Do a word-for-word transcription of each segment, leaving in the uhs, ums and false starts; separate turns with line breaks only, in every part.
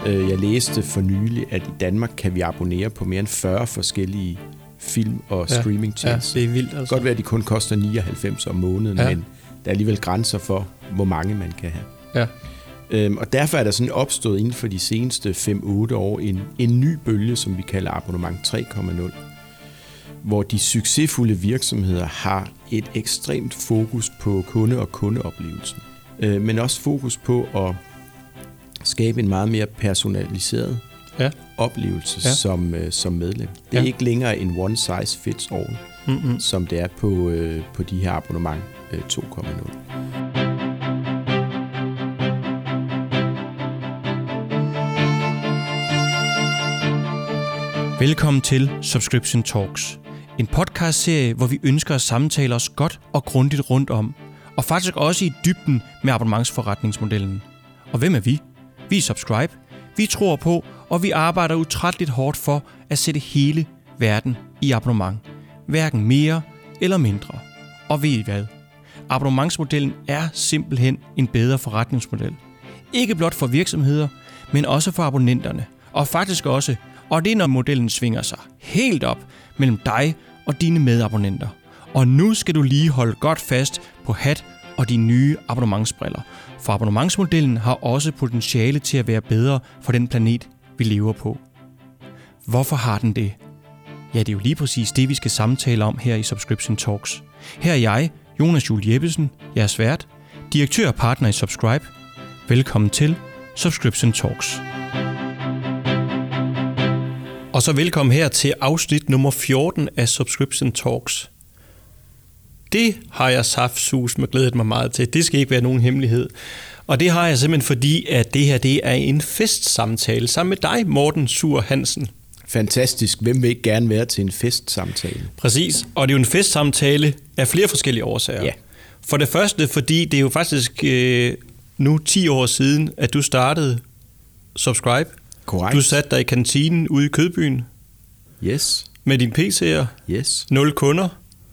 Jeg læste for nylig, at i Danmark kan vi abonnere på mere end fyrre forskellige film- og
ja,
streamingtjenester.
Ja, det er vildt. Altså.
Godt være, at de kun koster nioghalvfems om måneden, ja. Men der er alligevel grænser for, hvor mange man kan have.
Ja.
Øhm, og derfor er der sådan opstået inden for de seneste fem otte år en, en ny bølge, som vi kalder abonnement tre komma nul, hvor de succesfulde virksomheder har et ekstremt fokus på kunde- og kundeoplevelsen, øh, men også fokus på at skabe en meget mere personaliseret ja. oplevelse ja. Som, øh, som medlem. Det er ja. ikke længere en one size fits all, mm-hmm. som det er på, øh, på de her abonnement øh, to komma nul.
Velkommen til Subscription Talks, en podcastserie, hvor vi ønsker at samtale os godt og grundigt rundt om, og faktisk også i dybden med abonnementsforretningsmodellen. Og hvem er vi? Vi er Subscribe, vi tror på, og vi arbejder utrætteligt hårdt for at sætte hele verden i abonnement. Hverken mere eller mindre. Og ved I hvad? Abonnementsmodellen er simpelthen en bedre forretningsmodel. Ikke blot for virksomheder, men også for abonnenterne. Og faktisk også, og det er når modellen svinger sig helt op mellem dig og dine medabonnenter. Og nu skal du lige holde godt fast på hat og de nye abonnementsbriller. For abonnementsmodellen har også potentiale til at være bedre for den planet, vi lever på. Hvorfor har den det? Ja, det er jo lige præcis det, vi skal samtale om her i Subscription Talks. Her er jeg, Jonas Juel Jeppesen, jeres vært, direktør og partner i Subscribe. Velkommen til Subscription Talks. Og så velkommen her til afsnit nummer fjorten af Subscription Talks. Det har jeg saftsus med glædet mig meget til. Det skal ikke være nogen hemmelighed. Og det har jeg simpelthen fordi, at det her det er en festsamtale sammen med dig, Morten Suhr Hansen.
Fantastisk. Hvem vil ikke gerne være til en festsamtale?
Præcis. Og det er jo en festsamtale af flere forskellige årsager.
Ja.
For det første, fordi det er jo faktisk øh, nu ti år siden, at du startede Subscribe.
Korrekt.
Du satte dig i kantinen ude i Kødbyen.
Yes.
Med dine P C'er.
Yes.
Nul kunder.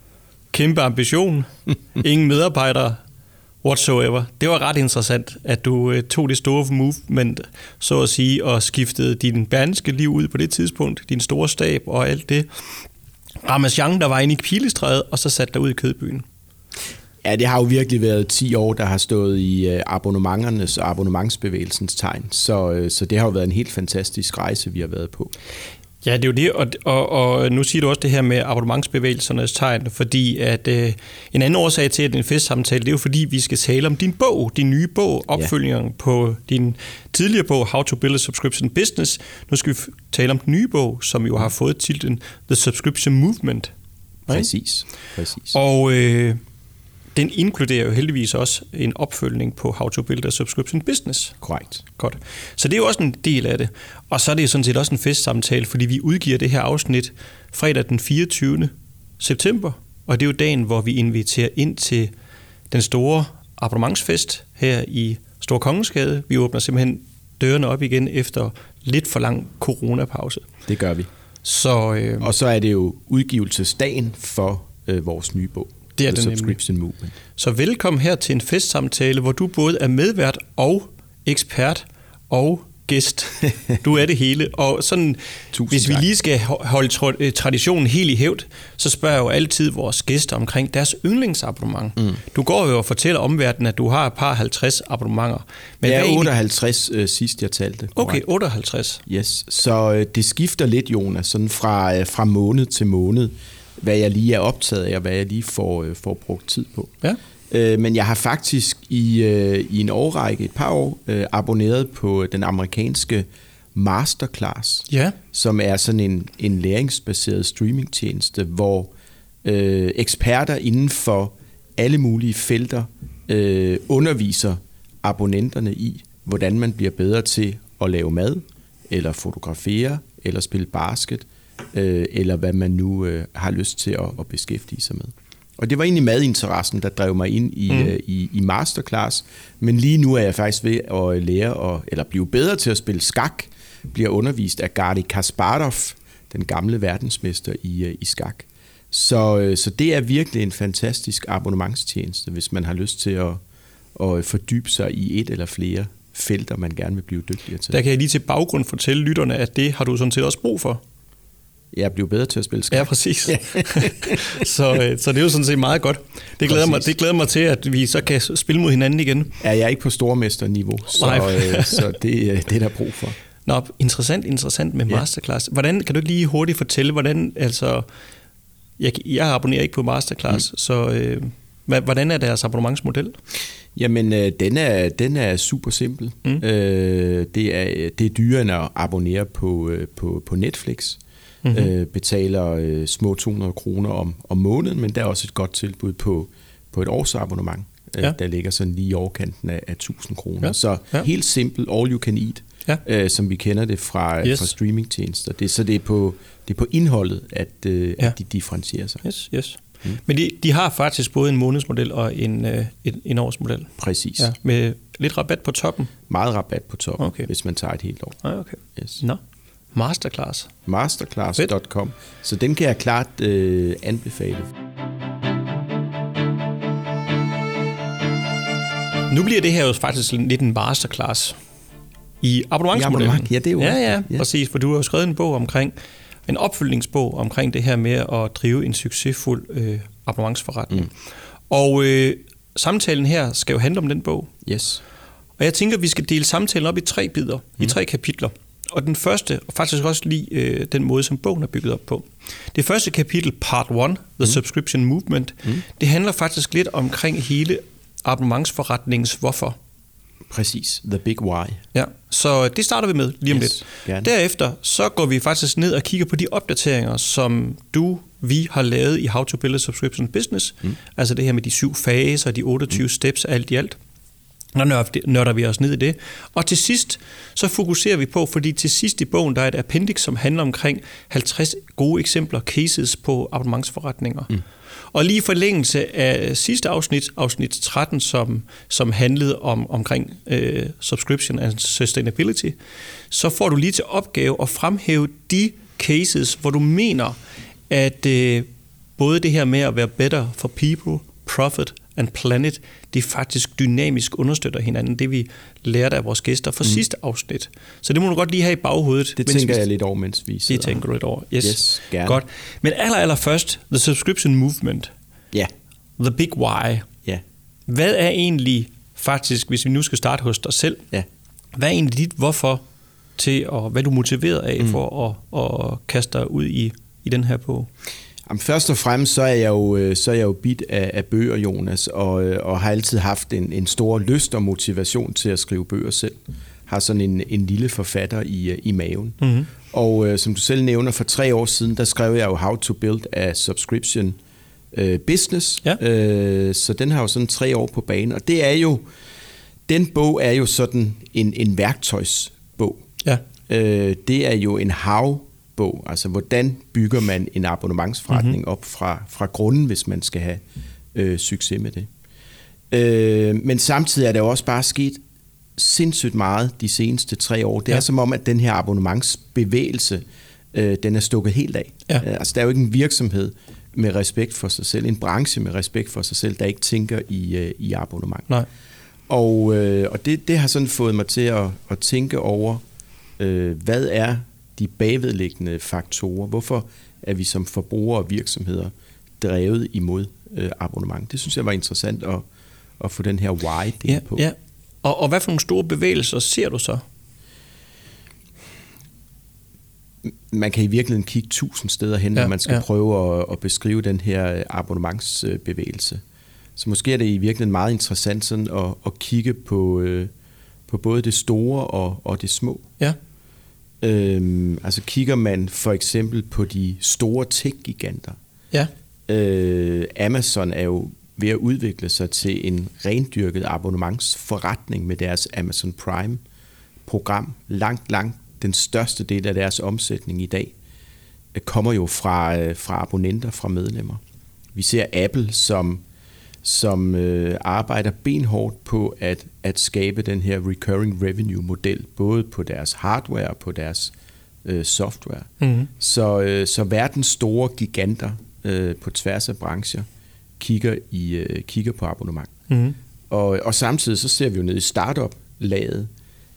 Kæmpe ambition. Ingen medarbejdere. Whatsoever. Det var ret interessant, at du øh, tog det store movement, så at sige, og skiftede din Berlingske liv ud på det tidspunkt. Din store stab og alt det. Ramachan, der var inde i Pilestræde, og så satte dig ud i Kødbyen.
Ja, det har jo virkelig været ti år, der har stået i abonnementernes og abonnementsbevægelsens tegn. Så, så det har jo været en helt fantastisk rejse, vi har været på.
Ja, det er jo det, og, og, og nu siger du også det her med abonnementsbevægelsernes tegn, fordi at øh, en anden årsag til, at det er en festsamtale, det er jo fordi, vi skal tale om din bog, din nye bog, opfølgeren ja. på din tidligere bog, How to Build a Subscription Business. Nu skal vi tale om den nye bog, som jo har fået titlen The Subscription Movement.
Præcis, præcis.
Og øh, den inkluderer jo heldigvis også en opfølgning på How to Build a Subscription Business.
Korrekt.
Godt. Så det er jo også en del af det. Og så er det sådan set også en festsamtale, fordi vi udgiver det her afsnit fredag den fireogtyvende september. Og det er jo dagen, hvor vi inviterer ind til den store abonnementsfest her i Stor Kongensgade. Vi åbner simpelthen dørene op igen efter lidt for lang coronapause.
Det gør vi.
Så, øh,
og så er det jo udgivelsesdagen for øh, vores nye bog.
Det er det
Subscription Movement.
Så velkommen her til en festsamtale, hvor du både er medvært og ekspert og gæst. Du er det hele. Og sådan, hvis vi lige skal holde traditionen helt i hævd, så spørger jeg jo altid vores gæster omkring deres yndlingsabonnement. Mm. Du går jo og fortæller omverdenen, at du har et par halvtreds abonnementer.
Men det er otteoghalvtreds øh, sidst, jeg talte.
Okay, otteoghalvtreds.
Yes, så øh, det skifter lidt, Jonas, sådan fra, øh, fra måned til måned, hvad jeg lige er optaget af, og hvad jeg lige får, øh, får brugt tid på.
Ja.
Øh, men jeg har faktisk i, øh, i en årrække, et par år, øh, abonneret på den amerikanske Masterclass,
ja.
som er sådan en, en læringsbaseret streamingtjeneste, hvor øh, eksperter inden for alle mulige felter øh, underviser abonnenterne i, hvordan man bliver bedre til at lave mad, eller fotografere, eller spille basket, øh, eller hvad man nu øh, har lyst til at, at beskæftige sig med. Og det var egentlig madinteressen, der drev mig ind i, mm. øh, i, i Masterclass, men lige nu er jeg faktisk ved at lære, at, eller blive bedre til at spille skak, bliver undervist af Garry Kasparov, den gamle verdensmester i, øh, i skak. Så, øh, så det er virkelig en fantastisk abonnementstjeneste, hvis man har lyst til at, at fordybe sig i et eller flere felter, man gerne vil blive dygtigere til.
Der kan jeg lige til baggrund fortælle lytterne, at det har du sådan set også brug for.
Jeg bliver bedre til at spille skak.
Ja, præcis. så, så det er jo sådan set meget godt. Det glæder, mig, det glæder mig til, at vi så kan spille mod hinanden igen.
Ja, jeg er ikke på stormesterniveau, så, øh, så det, det er der brug for.
Nå, interessant, interessant med Masterclass. Hvordan, kan du lige hurtigt fortælle, hvordan, altså, jeg, jeg abonnerer ikke på Masterclass, mm. så øh, hvordan er deres abonnementsmodel?
Jamen, øh, den, er, den er super simpel. Mm. Øh, det, er, det er dyrere end at abonnere på, øh, på, på Netflix. Mm-hmm. Øh, betaler øh, små to hundrede kroner om, om måneden, men der er også et godt tilbud på, på et årsabonnement, øh, ja. Der ligger sådan lige i overkanten af, af tusind kroner. Ja. Så ja. Helt simpelt, all you can eat, ja. øh, som vi kender det fra, yes. fra streamingtjenester. Det, så det er, på, det er på indholdet, at, øh, ja. at de differentierer sig.
Yes, yes. Mm. Men de, de har faktisk både en månedsmodel og en, øh, en, en årsmodel.
Præcis.
Ja, med lidt rabat på toppen.
Meget rabat på toppen,
okay.
hvis man tager et helt år.
Ah, okay. Yes. Nå. Masterclass.
Masterclass punktum com. Så den kan jeg klart øh, anbefale.
Nu bliver det her jo faktisk lidt en masterclass i abonnementsmodellen.
Ja, det er jo.
Ja, ja, ja, præcis. For du har jo skrevet en bog omkring, en opfølgningsbog omkring det her med at drive en succesfuld øh, abonnementsforretning. Mm. Og øh, samtalen her skal jo handle om den bog.
Yes.
Og jeg tænker, at vi skal dele samtalen op i tre bidder, mm. i tre kapitler. Og den første, og faktisk også lige øh, den måde, som bogen er bygget op på. Det første kapitel, part one, The mm. Subscription Movement, mm. det handler faktisk lidt omkring hele abonnementsforretningens hvorfor.
Præcis, the big why.
Ja, så det starter vi med lige om
yes,
lidt.
Gerne.
Derefter så går vi faktisk ned og kigger på de opdateringer, som du, vi har lavet i How to Build a Subscription Business. Mm. Altså det her med de syv faser, de otteogtyve mm. steps, alt i alt. Der nørder vi os ned i det. Og til sidst, så fokuserer vi på, fordi til sidst i bogen, der er et appendix, som handler omkring halvtreds gode eksempler, cases på abonnementsforretninger. Mm. Og lige i forlængelse af sidste afsnit, afsnit tretten, som, som handlede om, omkring øh, subscription and sustainability, så får du lige til opgave at fremhæve de cases, hvor du mener, at øh, både det her med at være better for people, profit and planet, det faktisk dynamisk understøtter hinanden, det vi lærte af vores gæster fra mm. sidste afsnit. Så det må du godt lige have i baghovedet.
Det tænker vi, jeg lidt over, mens vi sidder.
Det tænker du lidt over. Yes,
yes gerne.
Godt. Men aller, aller først, The Subscription Movement.
Ja. Yeah.
The Big Why.
Ja. Yeah.
Hvad er egentlig faktisk, hvis vi nu skal starte hos dig selv,
ja.
hvad er egentlig dit hvorfor til, og hvad du er motiveret af mm. for at, at kaste dig ud i, i den her bog?
Jamen, først og fremmest så er jeg jo, så er jeg jo bit af, af bøger, Jonas, og, og har altid haft en, en stor lyst og motivation til at skrive bøger selv. Har sådan en, en lille forfatter i, i maven. Mm-hmm. Og øh, som du selv nævner, for tre år siden, der skrev jeg jo How to Build a Subscription øh, Business. Ja. Øh, så den har jo sådan tre år på banen. Og det er jo, den bog er jo sådan en, en værktøjsbog. Ja. Øh, det er jo en how bog, altså hvordan bygger man en abonnementsforretning mm-hmm. op fra, fra grunden, hvis man skal have øh, succes med det. Øh, men samtidig er der også bare sket sindssygt meget de seneste tre år. Det ja. er som om, at den her abonnementsbevægelse, øh, den er stukket helt af. Ja. Øh, altså der er jo ikke en virksomhed med respekt for sig selv, en branche med respekt for sig selv, der ikke tænker i, øh, i abonnement. Nej. Og, øh, og det, det har sådan fået mig til at, at tænke over, øh, hvad er de bagvedliggende faktorer. Hvorfor er vi som forbrugere og virksomheder drevet imod øh, abonnement? Det synes jeg var interessant at, at få den her why-del
ja,
på.
Ja. Og, og hvad for nogle store bevægelser ser du så?
Man kan i virkeligheden kigge tusind steder hen, ja, når man skal ja. prøve at, at beskrive den her abonnementsbevægelse. Så måske er det i virkeligheden meget interessant sådan at, at kigge på, øh, på både det store og, og det små. Ja. Øhm, altså kigger man for eksempel på de store tech-giganter. Ja. Øh, Amazon er jo ved at udvikle sig til en rendyrket abonnementsforretning med deres Amazon Prime-program. Langt, langt den største del af deres omsætning i dag kommer jo fra, fra abonnenter, fra medlemmer. Vi ser Apple, som, som øh, arbejder benhårdt på at, at skabe den her recurring revenue-model, både på deres hardware og på deres øh, software. Mm-hmm. Så, øh, så verdens store giganter øh, på tværs af brancher kigger, i, øh, kigger på abonnement. Mm-hmm. Og, og samtidig så ser vi jo ned i startup-laget,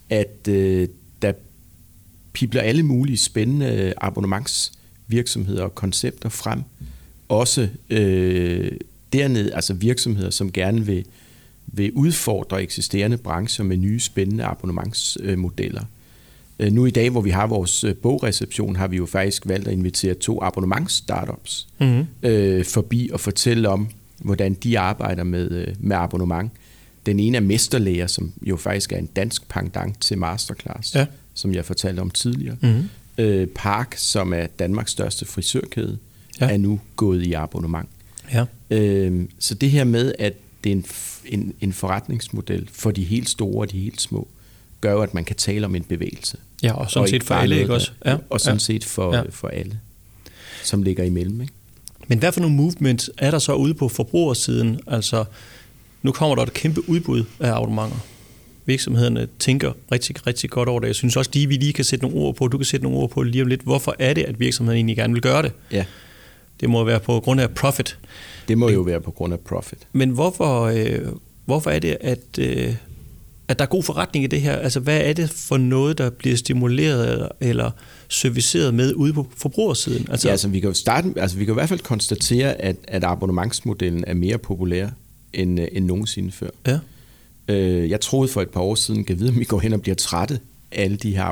at øh, der pibler alle mulige spændende abonnementsvirksomheder og koncepter frem. Også øh, dernede, altså virksomheder, som gerne vil, vil udfordre eksisterende brancher med nye spændende abonnementsmodeller. Øh, nu i dag, hvor vi har vores bogreception, har vi jo faktisk valgt at invitere to abonnements-startups mm-hmm. øh, forbi og fortælle om, hvordan de arbejder med, med abonnement. Den ene er Mesterlæger, som jo faktisk er en dansk pendant til Masterclass, ja. Som jeg fortalte om tidligere. Mm-hmm. Øh, Park, som er Danmarks største frisørkæde, ja. Er nu gået i abonnement. Ja. Øh, så det her med, at det er en, en, en forretningsmodel for de helt store og de helt små, gør jo, at man kan tale om en bevægelse.
Ja, og sådan og set for alle, ikke også?
Ja. Og sådan ja. set for, ja. for alle, som ligger imellem, ikke?
Men hvad for nogle movements er der så ude på forbrugersiden? Altså, nu kommer der et kæmpe udbud af abonnementer. Virksomhederne tænker rigtig, rigtig godt over det. Jeg synes også, de vi lige kan sætte nogle ord på, du kan sætte nogle ord på lige om lidt. Hvorfor er det, at virksomheden egentlig gerne vil gøre det?
Ja.
Det må være på grund af profit.
Det må jo være på grund af profit.
Men hvorfor, øh, hvorfor er det, at, øh, at der er god forretning i det her? Altså, hvad er det for noget, der bliver stimuleret eller serviceret med ude på forbrugersiden? Altså,
ja, altså, vi kan jo starte, altså, vi kan i hvert fald konstatere, at, at abonnementsmodellen er mere populær end, end nogensinde før. Ja. Øh, jeg troede for et par år siden, kan vide, om vi går hen og bliver trætte af alle de her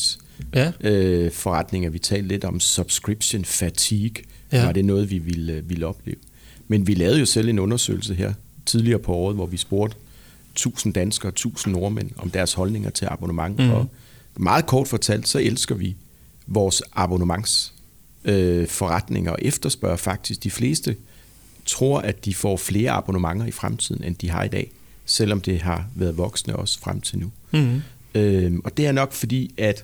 abonnementsforretninger. Ja. Øh, vi talte lidt om subscription fatigue. Ja. Var det noget, vi ville, ville opleve? Men vi lavede jo selv en undersøgelse her tidligere på året, hvor vi spurgte tusind danskere og tusind nordmænd om deres holdninger til abonnement. Mm. Og meget kort fortalt, så elsker vi vores abonnementsforretninger øh, og efterspørger faktisk. De fleste tror, at de får flere abonnementer i fremtiden, end de har i dag, selvom det har været voksne også frem til nu. Mm. Øh, og det er nok fordi, at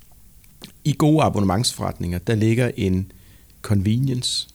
i gode abonnementsforretninger, der ligger en convenience,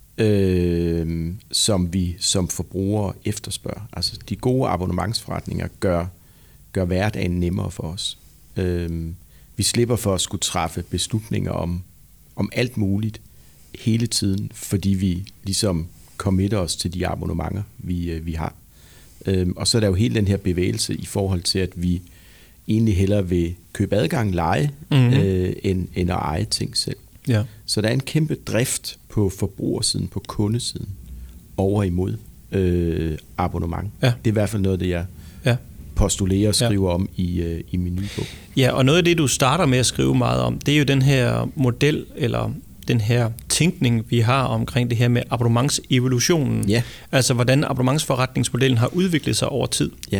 øh, som vi som forbrugere efterspørger. Altså de gode abonnementsforretninger gør, gør hverdagen nemmere for os. Øh, vi slipper for at skulle træffe beslutninger om, om alt muligt hele tiden, fordi vi ligesom committer os til de abonnementer, vi, vi har. Øh, og så er der jo hele den her bevægelse i forhold til, at vi egentlig hellere vil købe adgang, lege, mm-hmm. øh, end, end at eje ting selv. Ja. Så der er en kæmpe drift på forbrugersiden, på kundesiden, over imod øh, abonnement. Ja. Det er i hvert fald noget af det, jeg ja. postulerer og skriver ja. om i, øh, i min nye bog.
Ja, og noget af det, du starter med at skrive meget om, det er jo den her model, eller den her tænkning, vi har omkring det her med abonnementsevolutionen. Ja. Altså, hvordan abonnementsforretningsmodellen har udviklet sig over tid. Ja.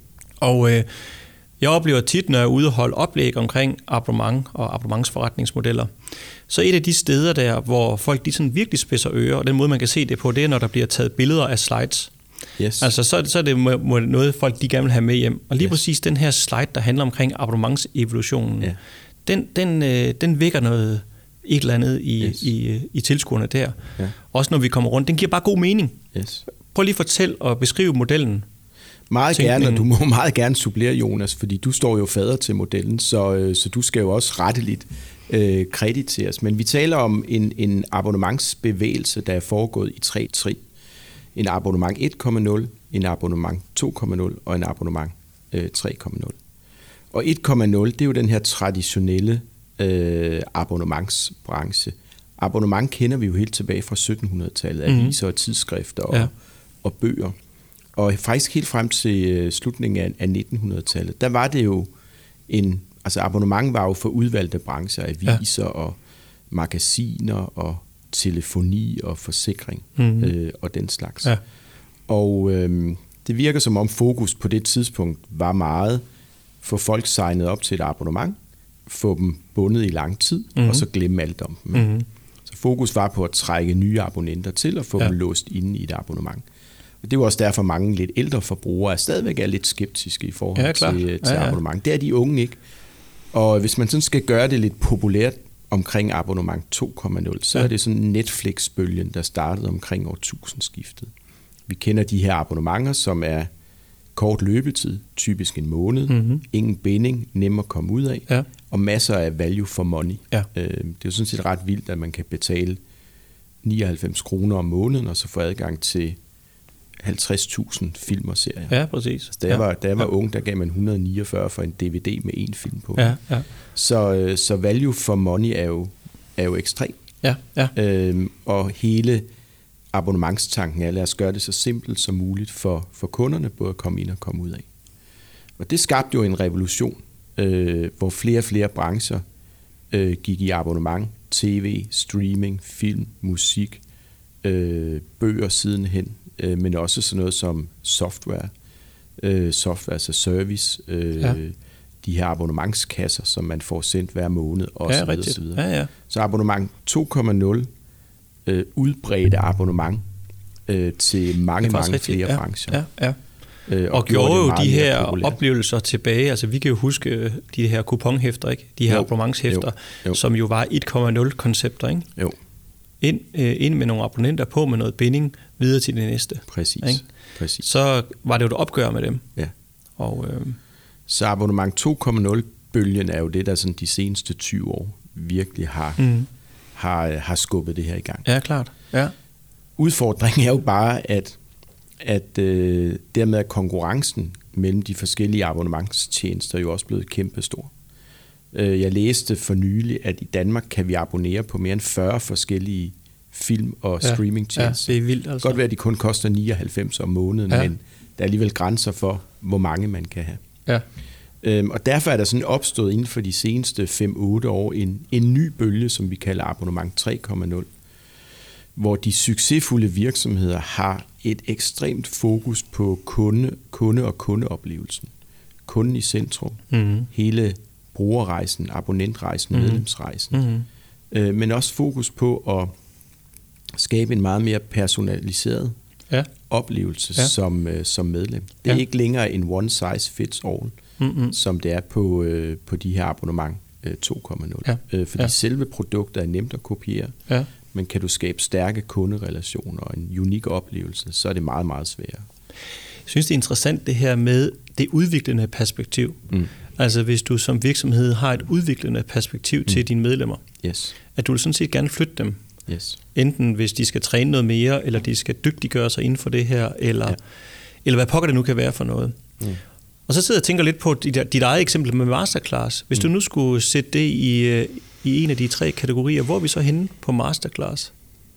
Og øh, jeg oplever tit, når jeg er ude og holde oplæg omkring abonnement og abonnementsforretningsmodeller, så et af de steder der, hvor folk de sådan virkelig spidser ører, og den måde, man kan se det på, det er, når der bliver taget billeder af slides. Yes. Altså, så, så er det må, noget, folk de gerne vil have med hjem. Og lige yes. præcis den her slide, der handler omkring abonnementsevolutionen, yeah. den, den, øh, den vækker noget et eller andet i, yes. i, i tilskuerne der. Yeah. Også når vi kommer rundt. Den giver bare god mening. Yes. Prøv lige at fortælle og beskrive modellen.
Meget gerne, og du må meget gerne supplere, Jonas, fordi du står jo fader til modellen, så, så du skal jo også retteligt øh, krediteres. Men vi taler om en, en abonnementsbevægelse, der er foregået i tre trin. En abonnement et komma nul, en abonnement to komma nul og en abonnement øh, tre komma nul. Og et komma nul, det er jo den her traditionelle øh, abonnementsbranche. Abonnement kender vi jo helt tilbage fra sytten hundrede-tallet, aviser og tidsskrifter og, ja. og bøger. Og faktisk helt frem til slutningen af nitten hundrede-tallet, der var det jo en, altså abonnement var jo for udvalgte brancher, aviser ja. og magasiner og telefoni og forsikring mm-hmm. øh, og den slags. Ja. Og øh, det virker som om fokus på det tidspunkt var meget få folk signet op til et abonnement, få dem bundet i lang tid, mm-hmm. og så glemme alt om dem. Mm-hmm. Så fokus var på at trække nye abonnenter til og få ja. dem låst inde i et abonnement. Det er jo også derfor, mange lidt ældre forbrugere er stadigvæk er lidt skeptiske i forhold ja, til, til ja, ja. abonnement. Det er de unge ikke. Og hvis man sådan skal gøre det lidt populært omkring abonnement to komma nul, så ja. er det sådan Netflix-bølgen, der startede omkring årtusindskiftet. Vi kender de her abonnementer, som er kort løbetid, typisk en måned, mm-hmm. ingen binding, nem at komme ud af, ja. og masser af value for money. Ja. Det er jo sådan set ret vildt, at man kan betale nioghalvfems kroner om måneden, og så få adgang til halvtreds tusind film og serier.
Ja, præcis.
Da jeg
ja.
var, da jeg var
ja.
ung, der gav man et hundrede og niogfyrre for en D V D med én film på.
Ja, ja.
Så, så value for money er jo, er jo ekstrem.
Ja, ja.
Øhm, og hele abonnementstanken er, lad os gøre det så simpelt som muligt for, for kunderne, både at komme ind og komme ud af. Og det skabte jo en revolution, øh, hvor flere og flere brancher øh, gik i abonnement. T V, streaming, film, musik, øh, bøger sidenhen, øh, men også sådan noget som software, øh, software as a service, øh, ja. de her abonnementskasser, som man får sendt hver måned, og
ja,
så videre, så videre.
Ja, ja.
Så abonnement to komma nul, øh, udbredte abonnement øh, til mange, mange rigtigt. flere
ja,
brancher.
Ja, ja.
Øh,
og, og gjorde jo de her populært. oplevelser tilbage, altså vi kan jo huske de her kuponhæfter, ikke? De her jo, abonnementshæfter, jo, jo. som jo var et komma nul koncepter, ikke?
Jo.
Ind, øh, ind med nogle abonnenter på med noget binding, videre til det næste.
Præcis. Præcis.
Så var det jo et opgør med dem.
Ja.
Og, øh,
så abonnement to komma nul-bølgen er jo det, der sådan de seneste tyve år virkelig har, mm. har, har skubbet det her i gang.
Ja, klart. Ja.
Udfordringen er jo bare, at at øh, dermed er konkurrencen mellem de forskellige abonnementstjenester jo også blevet kæmpestor. Øh, jeg læste for nylig, at i Danmark kan vi abonnere på mere end fyrre forskellige film- og
ja,
streamingtjenester.
Ja, det er vildt altså.
Godt være, at de kun koster nioghalvfems om måneden, ja. men der er alligevel grænser for, hvor mange man kan have.
Ja.
Øhm, og derfor er der sådan opstået inden for de seneste fem otte år en, en ny bølge, som vi kalder abonnement tre komma nul, hvor de succesfulde virksomheder har et ekstremt fokus på kunde, kunde og kundeoplevelsen. Kunden i centrum. Mm-hmm. Hele brugerrejsen, abonnentrejsen, mm-hmm. medlemsrejsen. Mm-hmm. Øh, men også fokus på at skabe en meget mere personaliseret ja. oplevelse ja. Som, øh, som medlem. Det er ja. ikke længere en one size fits all, mm-hmm. som det er på, øh, på de her abonnement øh, to komma nul. Ja. Øh, fordi ja. selve produktet er nemt at kopiere. Ja. Men kan du skabe stærke kunderelationer og en unik oplevelse, så er det meget, meget sværere.
Jeg synes, det er interessant det her med det udviklende perspektiv. Mm. Altså hvis du som virksomhed har et udviklende perspektiv mm. til dine medlemmer,
yes.
at du vil sådan set gerne flytte dem.
Yes.
Enten hvis de skal træne noget mere, eller de skal dygtiggøre sig inden for det her, eller, ja. eller hvad pokker det nu kan være for noget. Mm. Og så sidder jeg og tænker lidt på dit, dit eget eksempel med Masterclass. Hvis mm. du nu skulle sætte det i... i en af de tre kategorier, hvor er vi så henne på Masterclass?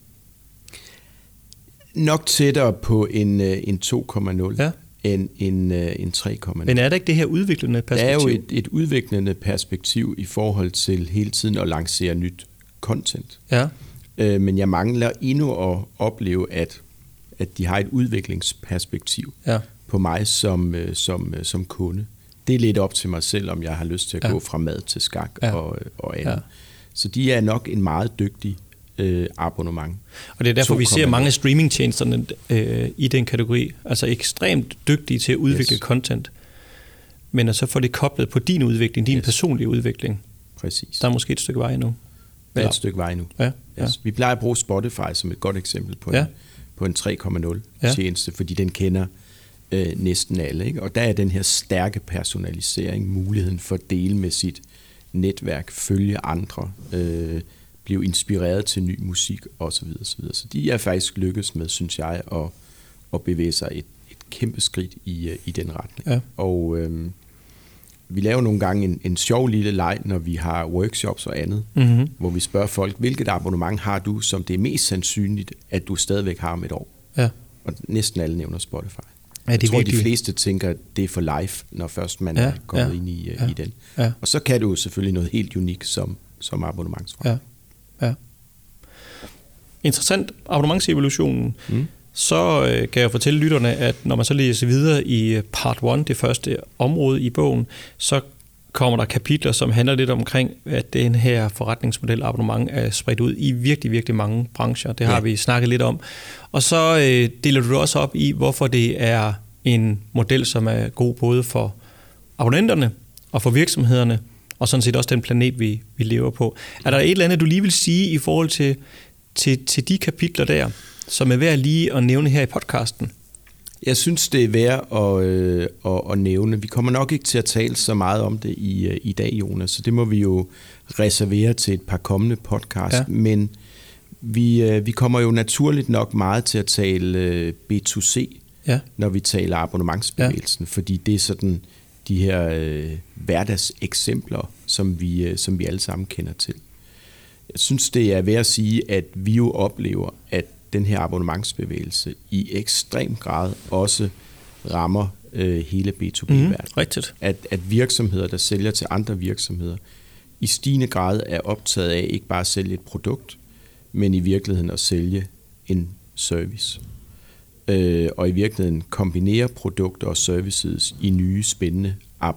Nok tættere på en, en to komma nul ja. end en, en tre komma nul.
Men er der ikke det her udviklende perspektiv?
Der er jo et, et udviklende perspektiv i forhold til hele tiden at lancere nyt content. Ja. Øh, men jeg mangler endnu at opleve, at, at de har et udviklingsperspektiv ja. på mig som, som, som kunde. Det er lidt op til mig selv, om jeg har lyst til at ja. gå fra mad til skak ja. og, og andet. Ja. Så de er nok en meget dygtig øh, abonnement.
Og det er derfor, vi ser mange af streamingtjenesterne øh, i den kategori. Altså ekstremt dygtige til at udvikle yes. content. Men at så får det koblet på din udvikling, din yes. personlige udvikling.
Præcis.
Der er måske et stykke vej endnu.
Der er et stykke vej endnu. Ja. Ja. Yes. Vi plejer at bruge Spotify som et godt eksempel på ja. en, på en tre komma nul ja. tjeneste, fordi den kender Øh, næsten alle. Ikke? Og der er den her stærke personalisering, muligheden for at dele med sit netværk, følge andre, øh, blive inspireret til ny musik osv. osv. Så de er faktisk lykkes med, synes jeg, at, at bevæge sig et, et kæmpe skridt i, i den retning. Ja. Og øh, vi laver nogle gange en, en sjov lille leg, når vi har workshops og andet, mm-hmm. hvor vi spørger folk, hvilket abonnement har du, som det er mest sandsynligt, at du stadigvæk har om et år? Ja. Og næsten alle nævner Spotify. Ja, jeg tror, virkelig. De fleste tænker, at det er for life, når først man ja, er kommet ja, ind i, ja, i den. Ja. Og så kan du selvfølgelig noget helt unikt som, som abonnementsform. Ja, ja.
Interessant. Abonnementsevolutionen. Mm. Så øh, kan jeg fortælle lytterne, at når man så læser videre i part et, det første område i bogen, så kommer der kapitler, som handler lidt omkring, at den her forretningsmodel abonnement er spredt ud i virkelig, virkelig mange brancher. Det har ja. vi snakket lidt om. Og så øh, deler du også op i, hvorfor det er en model, som er god både for abonnenterne og for virksomhederne, og sådan set også den planet, vi, vi lever på. Er der et eller andet, du lige vil sige i forhold til, til, til de kapitler der, som er værd lige at nævne her i podcasten?
Jeg synes, det er værd at, øh, at, at nævne. Vi kommer nok ikke til at tale så meget om det i, i dag, Jonas, så det må vi jo reservere til et par kommende podcast. Ja. Men vi, øh, vi kommer jo naturligt nok meget til at tale øh, B to C
ja.
når vi taler abonnementsbevægelsen, ja. fordi det er sådan de her øh, hverdagseksempler, som vi, øh, som vi alle sammen kender til. Jeg synes, det er værd at sige, at vi jo oplever, at den her abonnementsbevægelse i ekstrem grad også rammer øh, hele B to B-verdenen.
Mm, rigtigt.
At, at virksomheder, der sælger til andre virksomheder, i stigende grad er optaget af ikke bare at sælge et produkt, men i virkeligheden at sælge en service. Øh, og i virkeligheden kombinere produkter og services i nye, spændende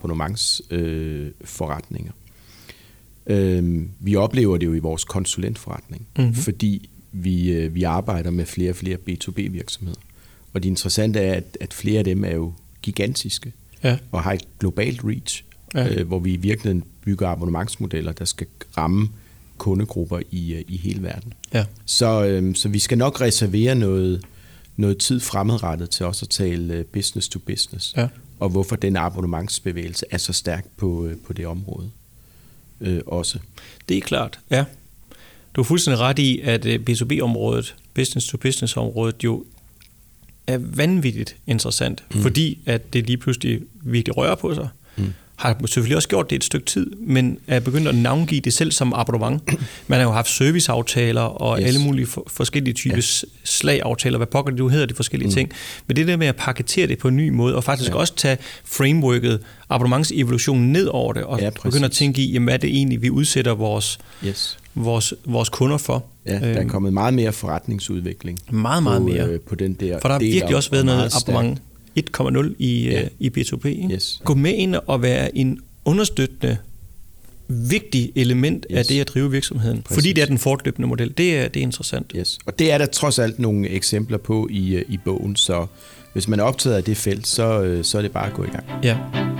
abonnementsforretninger. Øh, øh, vi oplever det jo i vores konsulentforretning, mm-hmm. fordi vi, øh, vi arbejder med flere og flere B to B-virksomheder. Og det interessante er, at, at flere af dem er jo gigantiske, ja. og har et globalt reach, ja. øh, hvor vi i virkeligheden bygger abonnementsmodeller, der skal ramme kundegrupper i, i hele verden. Ja. Så, øh, så vi skal nok reservere noget, noget tid fremadrettet til også at tale business to business, ja. og hvorfor den abonnementsbevægelse er så stærk på, på det område øh, også.
Det er klart, ja. Du er fuldstændig ret i, at B to B-området, business to business-området jo er vanvittigt interessant, mm. fordi at det lige pludselig virkelig rører på sig. Mm. Har selvfølgelig også gjort det et stykke tid, men er begyndt at navngive det selv som abonnement. Man har jo haft serviceaftaler og yes. alle mulige for, forskellige typer ja. slagaftaler, hvad pokker det nu hedder, de forskellige mm. ting. Men det der med at paketere det på en ny måde, og faktisk ja. også tage frameworket, abonnementsevolutionen ned over det, og ja, begynde at tænke i, jamen, hvad er det egentlig, vi udsætter vores, yes. vores, vores kunder for.
Ja, der er kommet meget mere forretningsudvikling.
Meget, meget
på,
mere.
Øh, på den der
For der har virkelig også været noget abonnement et komma nul i, ja. i B to B.
Yes.
Gå med ind og være en understøttende, vigtig element yes. af det at drive virksomheden. Præcis. Fordi det er den fortløbende model. Det er, det er interessant.
Yes. Og det er der trods alt nogle eksempler på i, i bogen, så hvis man er optaget af det felt, så, så er det bare at gå i gang.
Ja.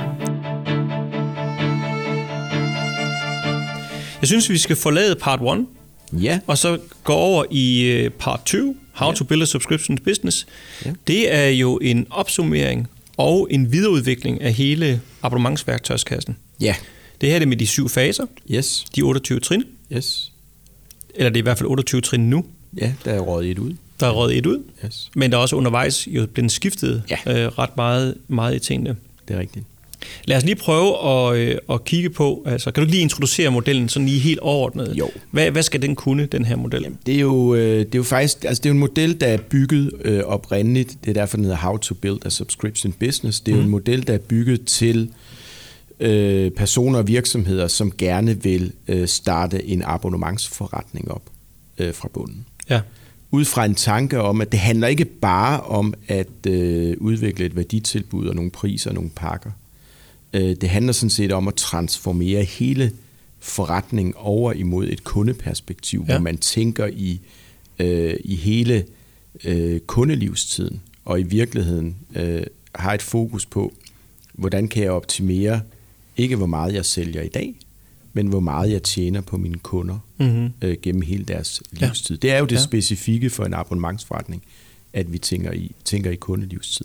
Jeg synes, vi skal forlade part et,
ja.
og så gå over i part to, How ja. to build a subscription business. Ja. Det er jo en opsummering og en videreudvikling af hele abonnementsværktøjskassen.
Ja.
Det her er det med de syv faser,
yes.
de otteogtyve trin.
Yes.
Eller det er i hvert fald otteogtyve trin nu.
Ja, der er røget et ud.
Der er røget et ud,
yes.
men der er også undervejs jo blevet skiftet ja. øh, ret meget, meget i tingene.
Det er rigtigt.
Lad os lige prøve at, øh, at kigge på, altså kan du lige introducere modellen sådan lige helt overordnet?
Jo.
Hvad, hvad skal den kunne, den her model?
Jamen, det er jo øh, det er jo faktisk altså det er jo en model, der er bygget øh, oprindeligt. Det er derfor den hedder How to build a subscription business. Det er mm. jo en model, der er bygget til øh, personer og virksomheder, som gerne vil øh, starte en abonnementsforretning op øh, fra bunden. Ja. Ud fra en tanke om, at det handler ikke bare om at øh, udvikle et værditilbud og nogle priser og nogle pakker. Det handler sådan set om at transformere hele forretningen over imod et kundeperspektiv, ja. hvor man tænker i, øh, i hele øh, kundelivstiden, og i virkeligheden øh, har et fokus på, hvordan kan jeg optimere, ikke hvor meget jeg sælger i dag, men hvor meget jeg tjener på mine kunder mm-hmm. øh, gennem hele deres livstid. Ja. Det er jo det ja. specifikke for en abonnementsforretning, at vi tænker i, tænker i kundelivstid.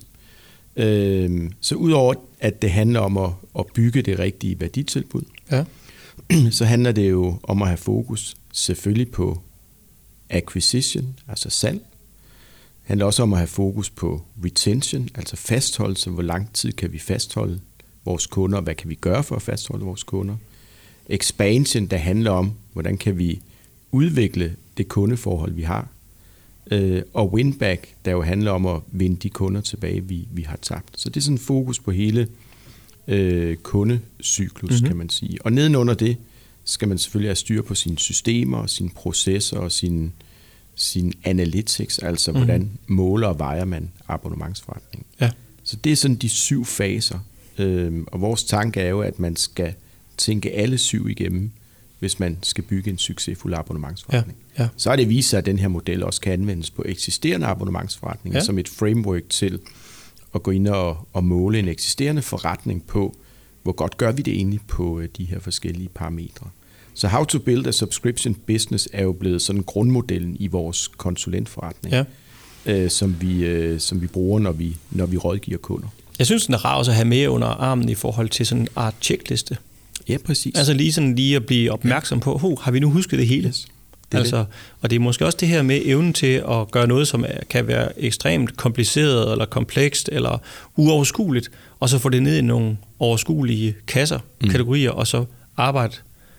Så udover at det handler om at, at bygge det rigtige værditilbud, ja. så handler det jo om at have fokus selvfølgelig på acquisition, altså salg. Det handler også om at have fokus på retention, altså fastholdelse. Hvor lang tid kan vi fastholde vores kunder, og hvad kan vi gøre for at fastholde vores kunder? Expansion, der handler om, hvordan kan vi udvikle det kundeforhold, vi har. Og win-back, der jo handler om at vinde de kunder tilbage, vi, vi har tabt. Så det er sådan en fokus på hele øh, kundecyklus, mm-hmm. kan man sige. Og nedenunder det skal man selvfølgelig have styr på sine systemer, sine processer og sine, sine analytics, altså mm-hmm. hvordan måler og vejer man abonnementsforretningen. Ja. Så det er sådan de syv faser. Øh, og vores tanke er jo, at man skal tænke alle syv igennem, hvis man skal bygge en succesfuld abonnementsforretning. Ja, ja. Så er det vist sig, at den her model også kan anvendes på eksisterende abonnementsforretninger, ja. som et framework til at gå ind og, og måle en eksisterende forretning på, hvor godt gør vi det egentlig på de her forskellige parametre. Så How to build a subscription business er jo blevet sådan grundmodellen i vores konsulentforretning, ja. øh, som, vi, øh, som vi bruger, når vi, når vi rådgiver kunder.
Jeg synes, den er rar også at have med under armen i forhold til sådan en art checkliste.
Ja, præcis.
Altså lige sådan lige at blive opmærksom på, oh, har vi nu husket det hele? Yes. Det altså, det. Og det er måske også det her med evnen til at gøre noget, som er, kan være ekstremt kompliceret, eller komplekst, eller uoverskueligt, og så få det ned i nogle overskuelige kasser, mm. kategorier, og så arbejde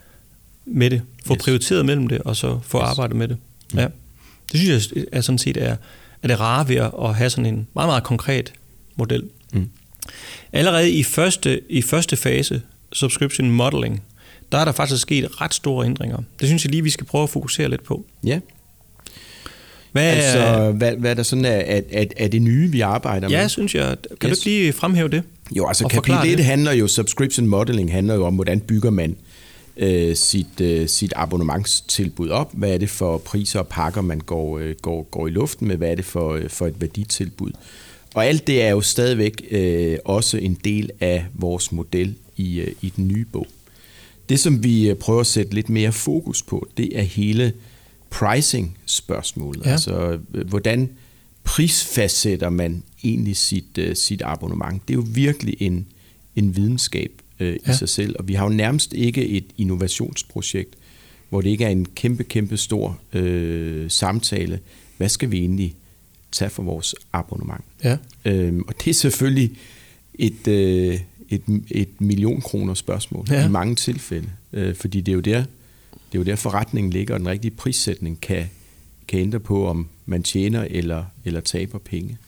med det. Få yes. prioriteret mellem det, og så få yes. arbejdet med det. Mm. Ja. Det synes jeg er sådan set er, er det rare ved at have sådan en meget, meget konkret model. Mm. Allerede i første, i første fase, subscription modeling, der er der faktisk sket ret store ændringer. Det synes jeg lige, vi skal prøve at fokusere lidt på.
Ja.
Hvad
altså, er, hvad, hvad er der sådan af, af, af det nye, vi arbejder med?
Ja, synes jeg. Kan yes. du ikke lige fremhæve det?
Jo, altså kapitel et handler jo, subscription modeling handler jo om, hvordan bygger man øh, sit, øh, sit abonnementstilbud op. Hvad er det for priser og pakker, man går, øh, går, går i luften med? Hvad er det for, øh, for et værditilbud? Og alt det er jo stadigvæk øh, også en del af vores model i, øh, i den nye bog. Det, som vi prøver at sætte lidt mere fokus på, det er hele pricing-spørgsmålet. Ja. Altså, hvordan prisfastsætter man egentlig sit, uh, sit abonnement? Det er jo virkelig en, en videnskab uh, i ja. sig selv, og vi har jo nærmest ikke et innovationsprojekt, hvor det ikke er en kæmpe, kæmpe stor uh, samtale. Hvad skal vi egentlig tage for vores abonnement? Ja. Uh, og det er selvfølgelig et... Uh, Et, et million kroner spørgsmål ja. i mange tilfælde, øh, fordi det er jo der, det er jo der forretningen ligger, og den rigtige prissætning kan, kan ændre på, om man tjener eller, eller taber penge.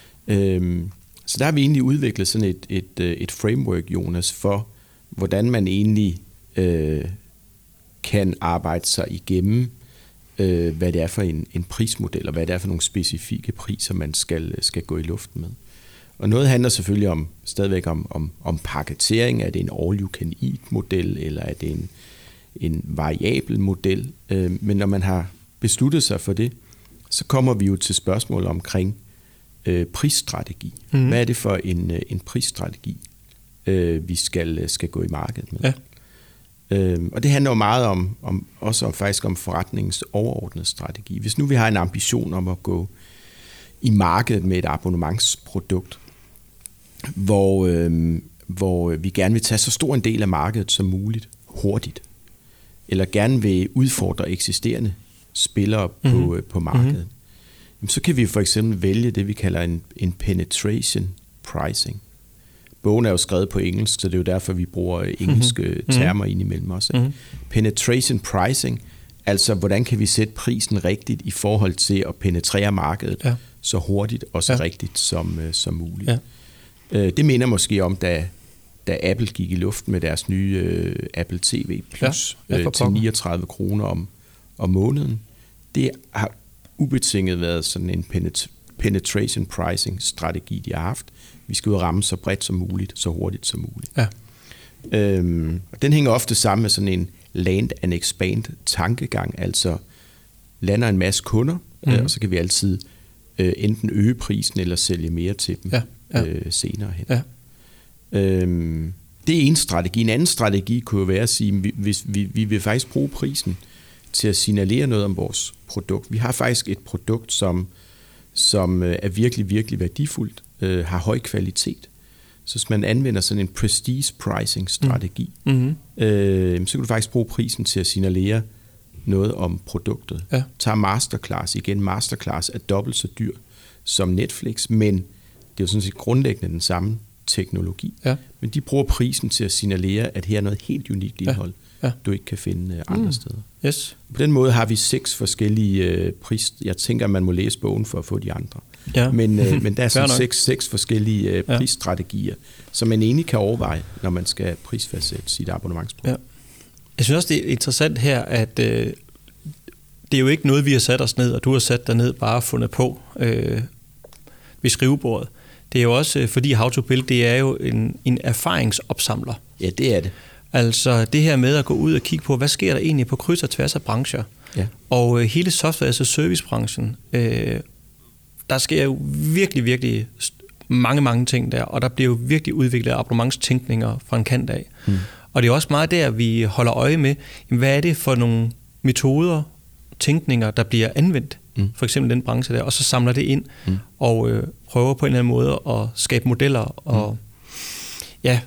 Øhm, så der har vi egentlig udviklet sådan et, et, et framework, Jonas, for hvordan man egentlig øh, kan arbejde sig igennem, øh, hvad det er for en, en prismodel, og hvad det er for nogle specifikke priser, man skal, skal gå i luften med. Og noget handler selvfølgelig om, stadigvæk om, om, om paketering. Er det en all-you-can-eat-model, eller er det en, en variabel model? Øh, men når man har besluttet sig for det, så kommer vi jo til spørgsmål omkring øh, prisstrategi. Mm. Hvad er det for en, en prisstrategi, øh, vi skal, skal gå i markedet med? Ja. Øh, og det handler jo meget om, om også om, faktisk om forretningens overordnede strategi. Hvis nu vi har en ambition om at gå i markedet med et abonnementsprodukt, hvor, øh, hvor vi gerne vil tage så stor en del af markedet som muligt hurtigt, eller gerne vil udfordre eksisterende spillere på, mm-hmm. øh, på markedet, mm-hmm. jamen, så kan vi for eksempel vælge det, vi kalder en, en penetration pricing. Bogen er jo skrevet på engelsk, så det er jo derfor, vi bruger engelske mm-hmm. termer indimellem også. Mm-hmm. Penetration pricing, altså hvordan kan vi sætte prisen rigtigt i forhold til at penetrere markedet, ja. så hurtigt og så ja. rigtigt som, øh, som muligt. Ja. Øh, det minder måske om, da, da Apple gik i luften med deres nye øh, Apple T V Plus ja. Ja, øh, til niogtredive kroner om, om måneden. Det har ubetinget været sådan en penet- penetration pricing strategi, de har haft. Vi skal jo ramme så bredt som muligt, så hurtigt som muligt. Ja. Øhm, og den hænger ofte sammen med sådan en land and expand tankegang, altså lander en masse kunder, mm. øh, og så kan vi altid øh, enten øge prisen eller sælge mere til dem ja, ja. Øh, senere hen. Ja. Øhm, det er en strategi. En anden strategi kunne jo være at sige, at vi, hvis vi, vi vil faktisk bruge prisen til at signalere noget om vores produkt. Vi har faktisk et produkt, som, som er virkelig, virkelig værdifuldt, øh, har høj kvalitet. Så hvis man anvender sådan en prestige pricing strategi, mm-hmm. øh, så kan du faktisk bruge prisen til at signalere noget om produktet. Ja. Tag Masterclass igen. Masterclass er dobbelt så dyr som Netflix, men det er jo sådan set grundlæggende den samme teknologi. Ja. Men de bruger prisen til at signalere, at her er noget helt unikt indhold, ja. Ja. du ikke kan finde andre mm. steder. Yes. På den måde har vi seks forskellige øh, pris. Jeg tænker, at man må læse bogen for at få de andre. Ja. Men, øh, men der er sådan seks, seks forskellige øh, prisstrategier, som man egentlig kan overveje, når man skal prisfastsætte sit abonnementsprogram. Ja.
Jeg synes også, det er interessant her, at øh, det er jo ikke noget, vi har sat os ned, og du har sat dig ned bare fundet på øh, ved skrivebordet. Det er jo også, øh, fordi How to Build, det er jo en, en erfaringsopsamler.
Ja, det er det.
Altså det her med at gå ud og kigge på, hvad sker der egentlig på kryds og tværs af brancher. Ja. Og øh, hele software, altså servicebranchen, øh, der sker jo virkelig, virkelig mange, mange ting der, og der bliver jo virkelig udviklet abonnementstænkninger fra en kant af. Mm. Og det er også meget der, vi holder øje med, hvad er det for nogle metoder, tænkninger, der bliver anvendt, mm. for eksempel den branche der, og så samler det ind mm. og øh, prøver på en eller anden måde at skabe modeller og mm. ja,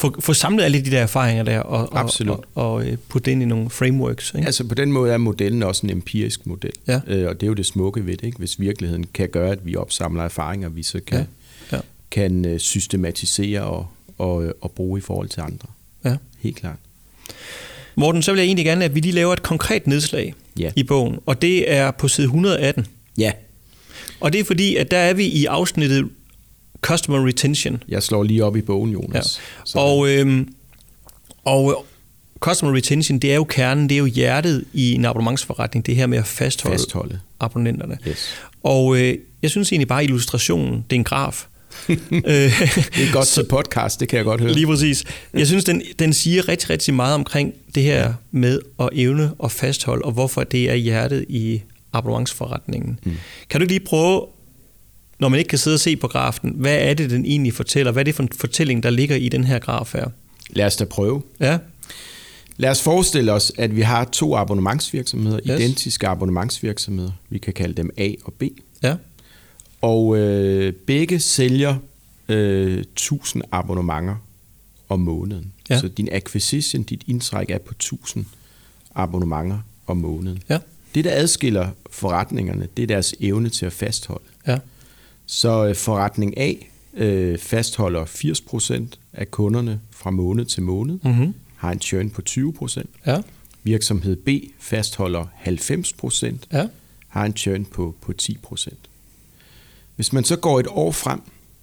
få, få samlet alle de der erfaringer der, og,
Absolut.
og, og, og putte det ind i nogle frameworks. Ikke?
Altså på den måde er modellen også en empirisk model,
Ja.
øh, og det er jo det smukke ved det, ikke? Hvis virkeligheden kan gøre, at vi opsamler erfaringer, vi så kan,
Ja. Ja.
kan øh, systematisere og, og, og bruge i forhold til andre.
Ja.
Helt klart.
Morten, så vil jeg egentlig gerne, at vi lige laver et konkret nedslag
Ja.
i bogen, og det er på side et hundrede og atten.
Ja,
Og det er fordi, at der er vi i afsnittet Customer Retention.
jeg slår lige op i bogen, Jonas.
Ja. Og, øhm, og Customer Retention, det er jo kernen, det er jo hjertet i en abonnementsforretning, det her med at fastholde,
fastholde.
abonnenterne.
Yes.
Og øh, jeg synes egentlig bare, illustrationen, det er en graf.
Det er godt til podcast, det kan jeg godt høre.
Lige præcis. Jeg synes, den, den siger rigtig, rigtig meget omkring det her med at evne og fastholde, og hvorfor det er hjertet i abonnementsforretningen. Mm. Kan du ikke lige prøve, når man ikke kan sidde og se på grafen, hvad er det, den egentlig fortæller? Hvad er det for en fortælling, der ligger i den her graf her?
Lad os da prøve.
Ja.
Lad os forestille os, at vi har to abonnementsvirksomheder,
Yes.
identiske abonnementsvirksomheder. Vi kan kalde dem A og B.
Ja.
Og øh, begge sælger øh, tusind abonnementer om måneden.
Ja.
Så din acquisition, dit indtræk er på tusind abonnementer om måneden.
Ja.
Det, der adskiller forretningerne, det er deres evne til at fastholde.
Ja.
Så øh, forretning A øh, fastholder firs procent af kunderne fra måned til måned,
Mm-hmm.
har en churn på tyve procent.
Ja.
Virksomhed B fastholder halvfems procent,
Ja.
har en churn på, på ti procent. Hvis man så går et år frem,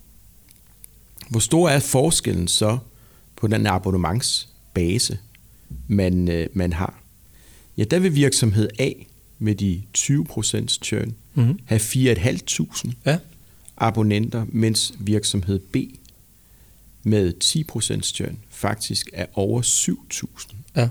hvor stor er forskellen så på den abonnementsbase, man, øh, man har? Ja, der vil virksomhed A med de tyve procent churn
Mm-hmm.
have fire tusind fem hundrede
Ja.
abonnenter, mens virksomhed B med ti procent churn faktisk er over syv tusind.
Ja.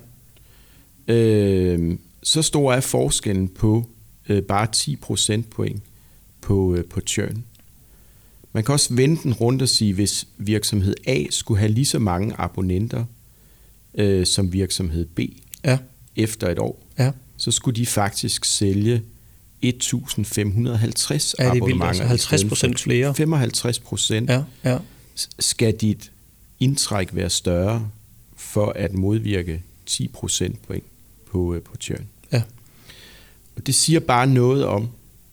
Øh, så stor er forskellen på øh, bare ti procentpoint på, øh, på churn. Man kan også vende den rundt og sige, hvis virksomhed A skulle have lige så mange abonnenter øh, som virksomhed B
Ja.
efter et år,
Ja.
så skulle de faktisk sælge et tusind fem hundrede og halvtreds
Ja, det er vildt,
abonnementer.
altså
i
halvtreds
stedet for
procent flere.
femoghalvtreds procent.
Ja. Ja.
Skal dit indtræk være større for at modvirke ti procentpoint på, øh, på churn.
Ja.
Og det siger bare noget om,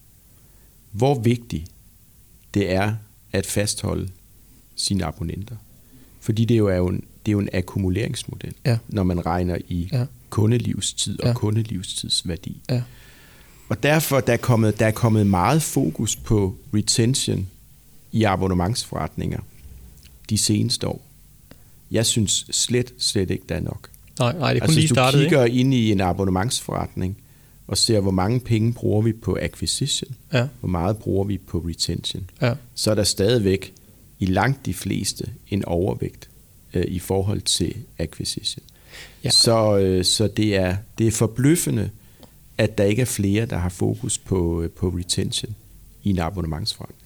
hvor vigtigt det er at fastholde sine abonnenter. Fordi det er jo en, det er jo en akkumuleringsmodel,
Ja.
når man regner i
Ja.
kundelivstid og
Ja.
kundelivstidsværdi.
Ja.
Og derfor der er kommet, der er kommet meget fokus på retention i abonnementsforretninger de seneste år. Jeg synes slet, slet ikke, der er nok.
Nej, nej, det er kun
Altså,
lige
hvis du
startet,
kigger ind i en abonnementsforretning og ser, hvor mange penge bruger vi på acquisition,
Ja.
hvor meget bruger vi på retention,
Ja.
så er der stadigvæk i langt de fleste en overvægt øh, i forhold til acquisition.
Ja.
Så, øh, så det, er, det er forbløffende, at der ikke er flere, der har fokus på, øh, på retention i en abonnementsforretning.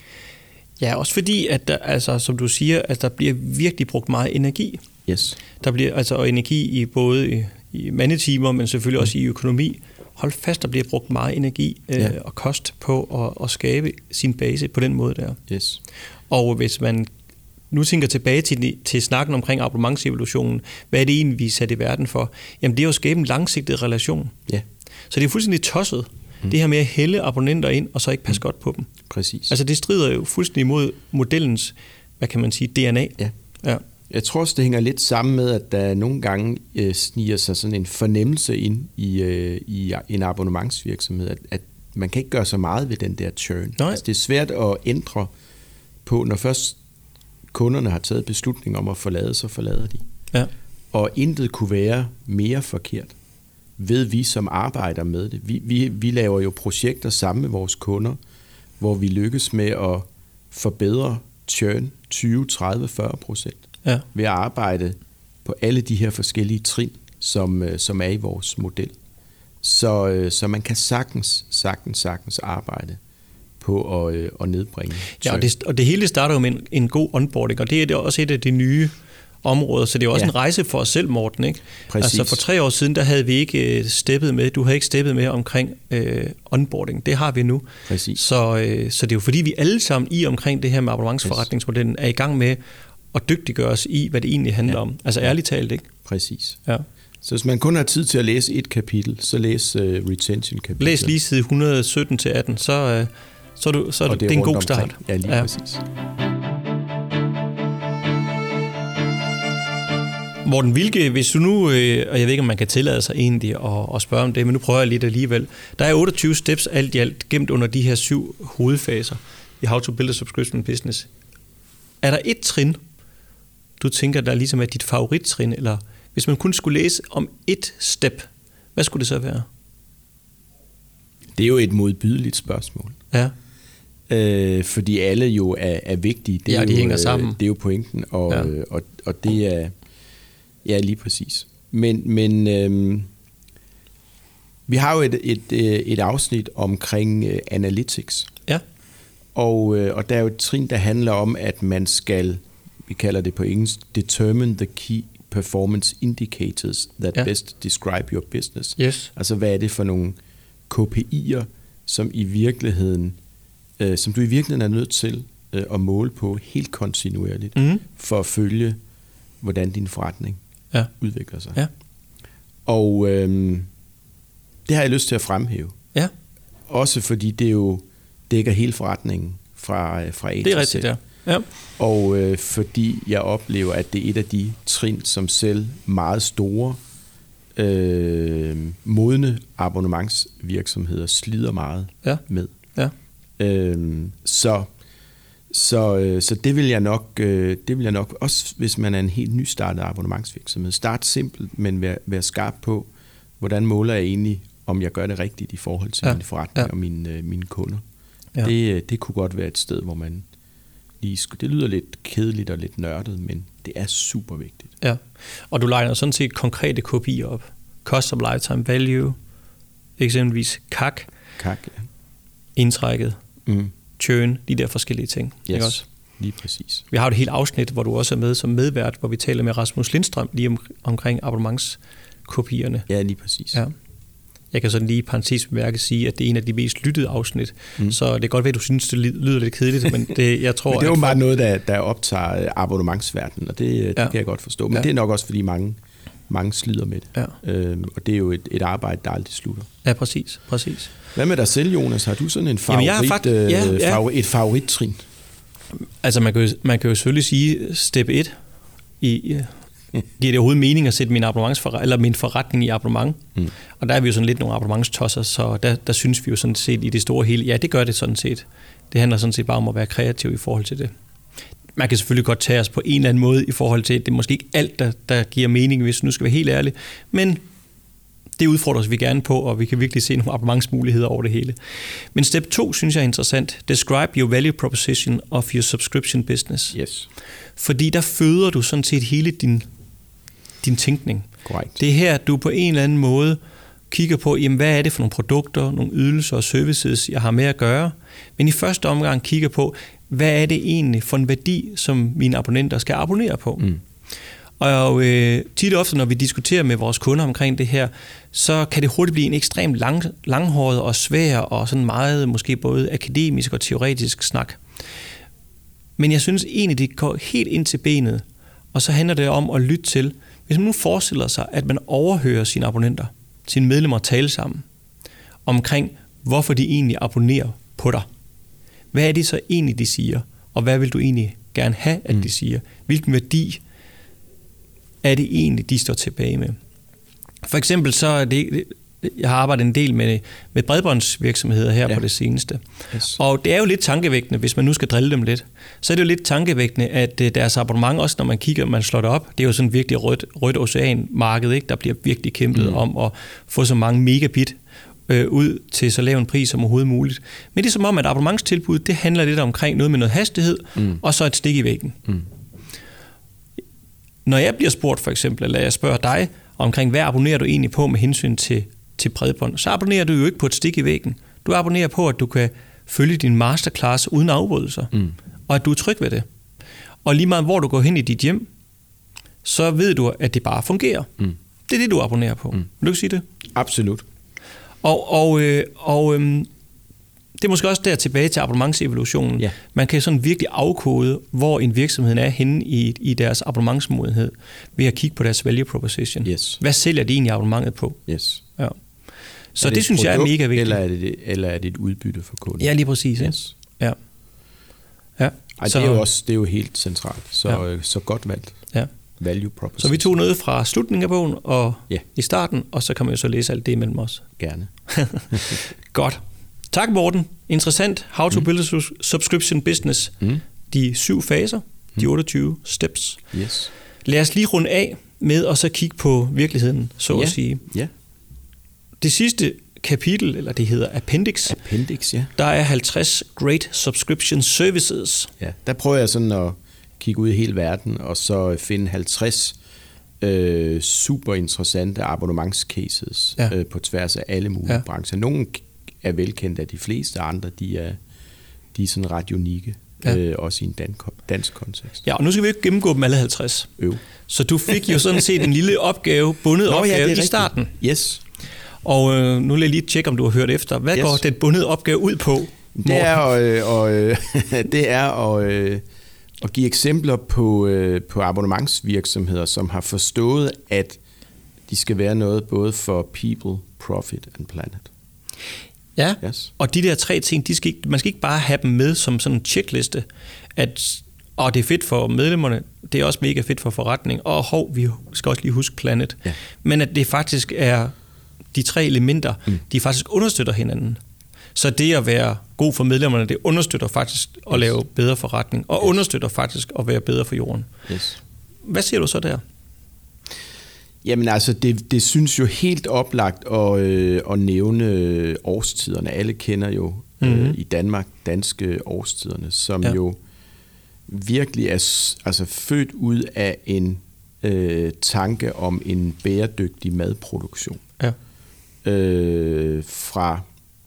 Ja, også fordi, at der, altså, som du siger, at der bliver virkelig brugt meget energi.
Yes.
Der bliver altså og energi i både i, i mandetimer, men selvfølgelig også i økonomi. Hold fast, der bliver brugt meget energi øh,
Ja.
og kost på at, at skabe sin base på den måde der.
Yes.
Og hvis man nu tænker tilbage til, til snakken omkring abonnementsevolutionen, hvad er det egentlig, vi er sat i verden for? Jamen det er jo at skabe en langsigtet relation.
Ja,
Så det er fuldstændig tosset, mm. det her med at hælde abonnenter ind, og så ikke passe mm. godt på dem.
præcis.
Altså det strider jo fuldstændig imod modellens, hvad kan man sige, D N A.
Ja.
Ja.
Jeg tror også, det hænger lidt sammen med, at der nogle gange øh, sniger sig sådan en fornemmelse ind i, øh, i en abonnementsvirksomhed, at, at man kan ikke gøre så meget ved den der churn.
Nej.
Altså, det er svært at ændre på, når først kunderne har taget beslutning om at forlade, så forlader de.
Ja.
Og intet kunne være mere forkert, ved vi som arbejder med det. Vi, vi, vi laver jo projekter sammen med vores kunder, hvor vi lykkes med at forbedre churn tyve, tredive, fyrre procent.
Ja.
Ved at arbejde på alle de her forskellige trin, som, som er i vores model. Så, så man kan sagtens, sagtens, sagtens arbejde på at, at nedbringe.
Ja, og det, og det hele starter jo med en, en god onboarding, og det er det også et af de nye områder, så det er også
Ja.
en rejse for os selv, Morten, ikke?
Præcis.
Altså for tre år siden, der havde vi ikke øh, steppet med, du havde ikke steppet med omkring øh, onboarding, det har vi nu.
Præcis.
Så, øh, så det er jo fordi, vi alle sammen i omkring det her med abonnementsforretningsmodellen er i gang med og dygtiggøre os i, hvad det egentlig handler ja. om. Altså ærligt talt, ikke?
Præcis.
Ja.
Så hvis man kun har tid til at læse et kapitel, så læs uh, retention-kapitlet.
Læs lige side et hundrede sytten til atten, så, uh, så, er du, så er det, det er en god start.
Omkring. Ja, lige ja. præcis.
Morten, hvilke, hvis du nu, øh, og jeg ved ikke, om man kan tillade sig egentlig at, at spørge om det, men nu prøver jeg lidt alligevel. Der er otteogtyve steps alt i alt gemt under de her syv hovedfaser i How to Build a Subscription Business. Er der et trin, du tænker, der ligesom er dit favorittrin, eller hvis man kun skulle læse om et step, hvad skulle det så være?
Det er jo et modbydeligt spørgsmål.
Ja.
Øh, fordi alle jo er, er vigtige. Det er
ja, de
jo,
hænger sammen.
Det er jo pointen, og, ja. og, og det er... Ja, lige præcis. Men, men øhm, vi har jo et, et, et afsnit omkring uh, analytics.
Ja.
Og, uh, og der er jo et trin, der handler om, at man skal, vi kalder det på engelsk, determine the key performance indicators that ja. best describe your business.
Yes.
Altså, hvad er det for nogle K P I'er, som i virkeligheden, uh, som du i virkeligheden er nødt til uh, at måle på helt kontinuerligt, mm. for at følge, hvordan din forretning ja. udvikler sig.
Ja.
Og øhm, det har jeg lyst til at fremhæve.
Ja.
Også fordi det jo dækker hele forretningen fra, fra A til Z.
Det er rigtigt, ja. ja.
Og øh, fordi jeg oplever, at det er et af de trin, som selv meget store, øh, modne abonnementsvirksomheder slider meget
ja.
med.
Ja.
Øhm, så Så, så det vil jeg nok, det vil jeg nok også, hvis man er en helt nystartet abonnementsvirksomhed, start simpelt, men vær, vær skarp på, hvordan måler jeg egentlig, om jeg gør det rigtigt i forhold til ja. min forretning ja. og mine, mine kunder. Ja. Det, det kunne godt være et sted, hvor man lige skulle, det lyder lidt kedeligt og lidt nørdet, men det er super vigtigt.
Ja, og du legner sådan set konkrete K P I'er op. Customer Lifetime Value, eksempelvis C A C,
C A C ja.
indtrækket,
mm.
churn, de der forskellige ting.
Yes,
ikke også?
lige præcis.
Vi har et helt afsnit, hvor du også er med som medvært, hvor vi taler med Rasmus Lindstrøm lige om, omkring abonnementskopierne.
Ja, lige præcis.
Ja. Jeg kan sådan lige i parentes bemærke sige, at det er en af de mest lyttede afsnit, mm. så det er godt ved, at du synes, det lyder lidt kedeligt, men det, jeg tror...
men det er jo bare noget, der, der optager abonnementsverdenen, og det, det ja. kan jeg godt forstå. Men ja. det er nok også, fordi mange, mange slider med det. Ja. Øhm, og det er jo et, et arbejde, der aldrig slutter.
Ja, præcis. præcis.
Hvad med dig selv, Jonas? Har du sådan en favorit, Jamen, fakt- øh, ja, ja. Favorit, et favorittrin?
Altså, man kan, jo, man kan jo selvfølgelig sige step et. I, giver det overhovedet mening at sætte min, eller min forretning i abonnement? Mm. Og der er vi jo sådan lidt nogle abonnementstosser, så der, der synes vi jo sådan set i det store hele, ja, det gør det sådan set. Det handler sådan set bare om at være kreativ i forhold til det. Man kan selvfølgelig godt tage os på en eller anden måde i forhold til, det er måske ikke alt, der, der giver mening, hvis nu skal være helt ærlig, men det udfordrer vi gerne på, og vi kan virkelig se nogle abonnementsmuligheder over det hele. Men step to synes jeg er interessant. Describe your value proposition of your subscription business.
Yes.
Fordi der føder du sådan set hele din, din tænkning.
Correct.
Det er her, du på en eller anden måde kigger på, jamen, hvad er det for nogle produkter, nogle ydelser og services, jeg har med at gøre. Men i første omgang kigger på, hvad er det egentlig for en værdi, som mine abonnenter skal abonnere på. Mm. Og øh, tit og ofte, når vi diskuterer med vores kunder omkring det her, så kan det hurtigt blive en ekstremt lang, langhåret og svær og sådan meget måske både akademisk og teoretisk snak. Men jeg synes egentlig, det går helt ind til benet, og så handler det om at lytte til, hvis man nu forestiller sig, at man overhører sine abonnenter, sine medlemmer tale sammen, omkring hvorfor de egentlig abonnerer på dig. Hvad er det så egentlig, de siger, og hvad vil du egentlig gerne have, at de siger? Hvilken værdi er det egentlig, de står tilbage med? For eksempel så er det, jeg har arbejdet en del med, med bredbåndsvirksomheder her ja. på det seneste. Yes. Og det er jo lidt tankevækkende, hvis man nu skal drille dem lidt, så er det jo lidt tankevækkende, at deres abonnement, også når man kigger, man slår det op, det er jo sådan virkelig rødt, rødt oceanmarked, ikke? Der bliver virkelig kæmpet mm. om at få så mange megabit øh, ud til så lav en pris som overhovedet muligt. Men det er som om, at abonnementstilbud, det handler lidt omkring noget med noget hastighed, mm. og så et stik i væggen. Mm. Når jeg bliver spurgt for eksempel, eller jeg spørger dig omkring, hvad abonnerer du egentlig på med hensyn til, til bredbånd, så abonnerer du jo ikke på et stik i væggen. Du abonnerer på, at du kan følge din masterclass uden afbrydelser, mm. og at du er tryg ved det. Og lige meget hvor du går hen i dit hjem, så ved du, at det bare fungerer. Mm. Det er det, du abonnerer på. Mm. Vil du ikke sige det?
Absolut.
Og, og, øh, og øh, det er måske også der tilbage til abonnementsevolutionen.
Ja.
Man kan sådan virkelig afkode, hvor en virksomhed er henne i, i deres abonnementsmodenhed, ved at kigge på deres value proposition.
Yes.
Hvad sælger de egentlig abonnementet på?
Yes.
Ja. Så det,
det
synes
produkt,
jeg er mega vigtigt.
Eller er det, eller er det et udbytte for kunden?
Ja, lige præcis.
Yes.
Ja. Ja.
Ej,
så,
det er jo også det er jo helt centralt. Så,
ja.
så godt valgt.
Ja.
Value proposition.
Så vi tog noget fra slutningen af bogen og
ja.
i starten, og så kan man jo så læse alt det imellem os.
Gerne.
Godt. Tak, Morten. Interessant. How to
mm.
build a subscription business. Mm. De syv faser, de otteogtyve steps.
Yes.
Lad os lige runde af med at så kigge på virkeligheden, så
ja.
at sige.
Ja.
Det sidste kapitel, eller det hedder Appendix.
Appendix, ja.
Der er halvtreds Great Subscription Services.
Ja, der prøver jeg sådan at kigge ud i hele verden, og så finde halvtreds øh, super interessante abonnementscases ja. øh, på tværs af alle mulige ja. brancher. Nogle er velkendt af de fleste, andre de er, de er sådan ret unikke, ja. øh, også i en dan- dansk kontekst.
Ja, og nu skal vi ikke gennemgå dem alle halvtreds.
Øv.
Så du fik jo sådan set en lille opgave, bundet Nå, opgave ja, i rigtigt. starten.
Yes.
Og øh, nu vil jeg lige tjekke, om du har hørt efter. Hvad yes. går den bundede opgave ud på?
Det er, øh, og, øh, det er at, øh, at give eksempler på, øh, på abonnementsvirksomheder, som har forstået, at de skal være noget både for people, profit and planet.
Ja,
yes.
og de der tre ting, de skal ikke, man skal ikke bare have dem med som sådan en checkliste, at og det er fedt for medlemmerne, det er også mega fedt for forretning, og hov, vi skal også lige huske planet, ja. men at det faktisk er de tre elementer, mm. de faktisk understøtter hinanden. Så det at være god for medlemmerne, det understøtter faktisk at yes. lave bedre forretning, og yes. understøtter faktisk at være bedre for jorden.
Yes.
Hvad siger du så der?
Jamen altså, det, det synes jo helt oplagt at, øh, at nævne årstiderne. Alle kender jo mm-hmm. øh, i Danmark danske årstiderne, som ja. jo virkelig er altså, født ud af en øh, tanke om en bæredygtig madproduktion.
Ja.
Øh, fra,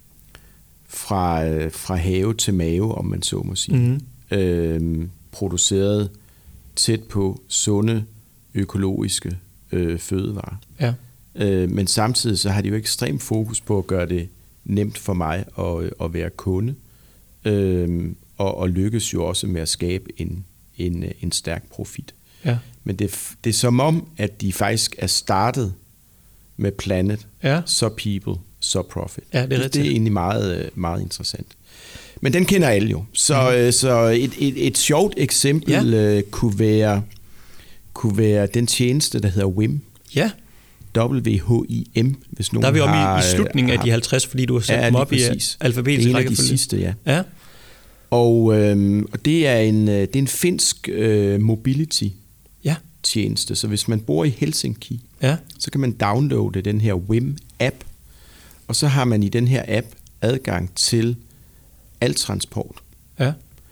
fra, øh, fra have til mave, om man så må sige. Mm-hmm. Øh, produceret tæt på sunde, økologiske øh, fødevarer. Ja. Øh, men samtidig så har de jo ekstremt fokus på at gøre det nemt for mig at, at være kunde, øh, og, og lykkes jo også med at skabe en, en, en stærk profit. Ja. Men det, det er som om, at de faktisk er startet med planet, ja. så people, så profit.
Ja, det, er
det, det er egentlig meget, meget interessant. Men den kender alle jo. Så, mm. så et, et, et sjovt eksempel ja. kunne være kunne være den tjeneste, der hedder Wim.
Ja.
W H I M, hvis nogen har... Der er vi
oppe i, i slutningen af de halvtreds, fordi du har sat ja, dem op præcis. i alfabetisk rækkefølge.
Det er de sidste, ja.
ja.
Og, øhm, og det er en, det er en finsk øh, mobility-tjeneste, ja. så hvis man bor i Helsinki, ja. så kan man downloade den her Wim-app, og så har man i den her app adgang til al transport. Ja.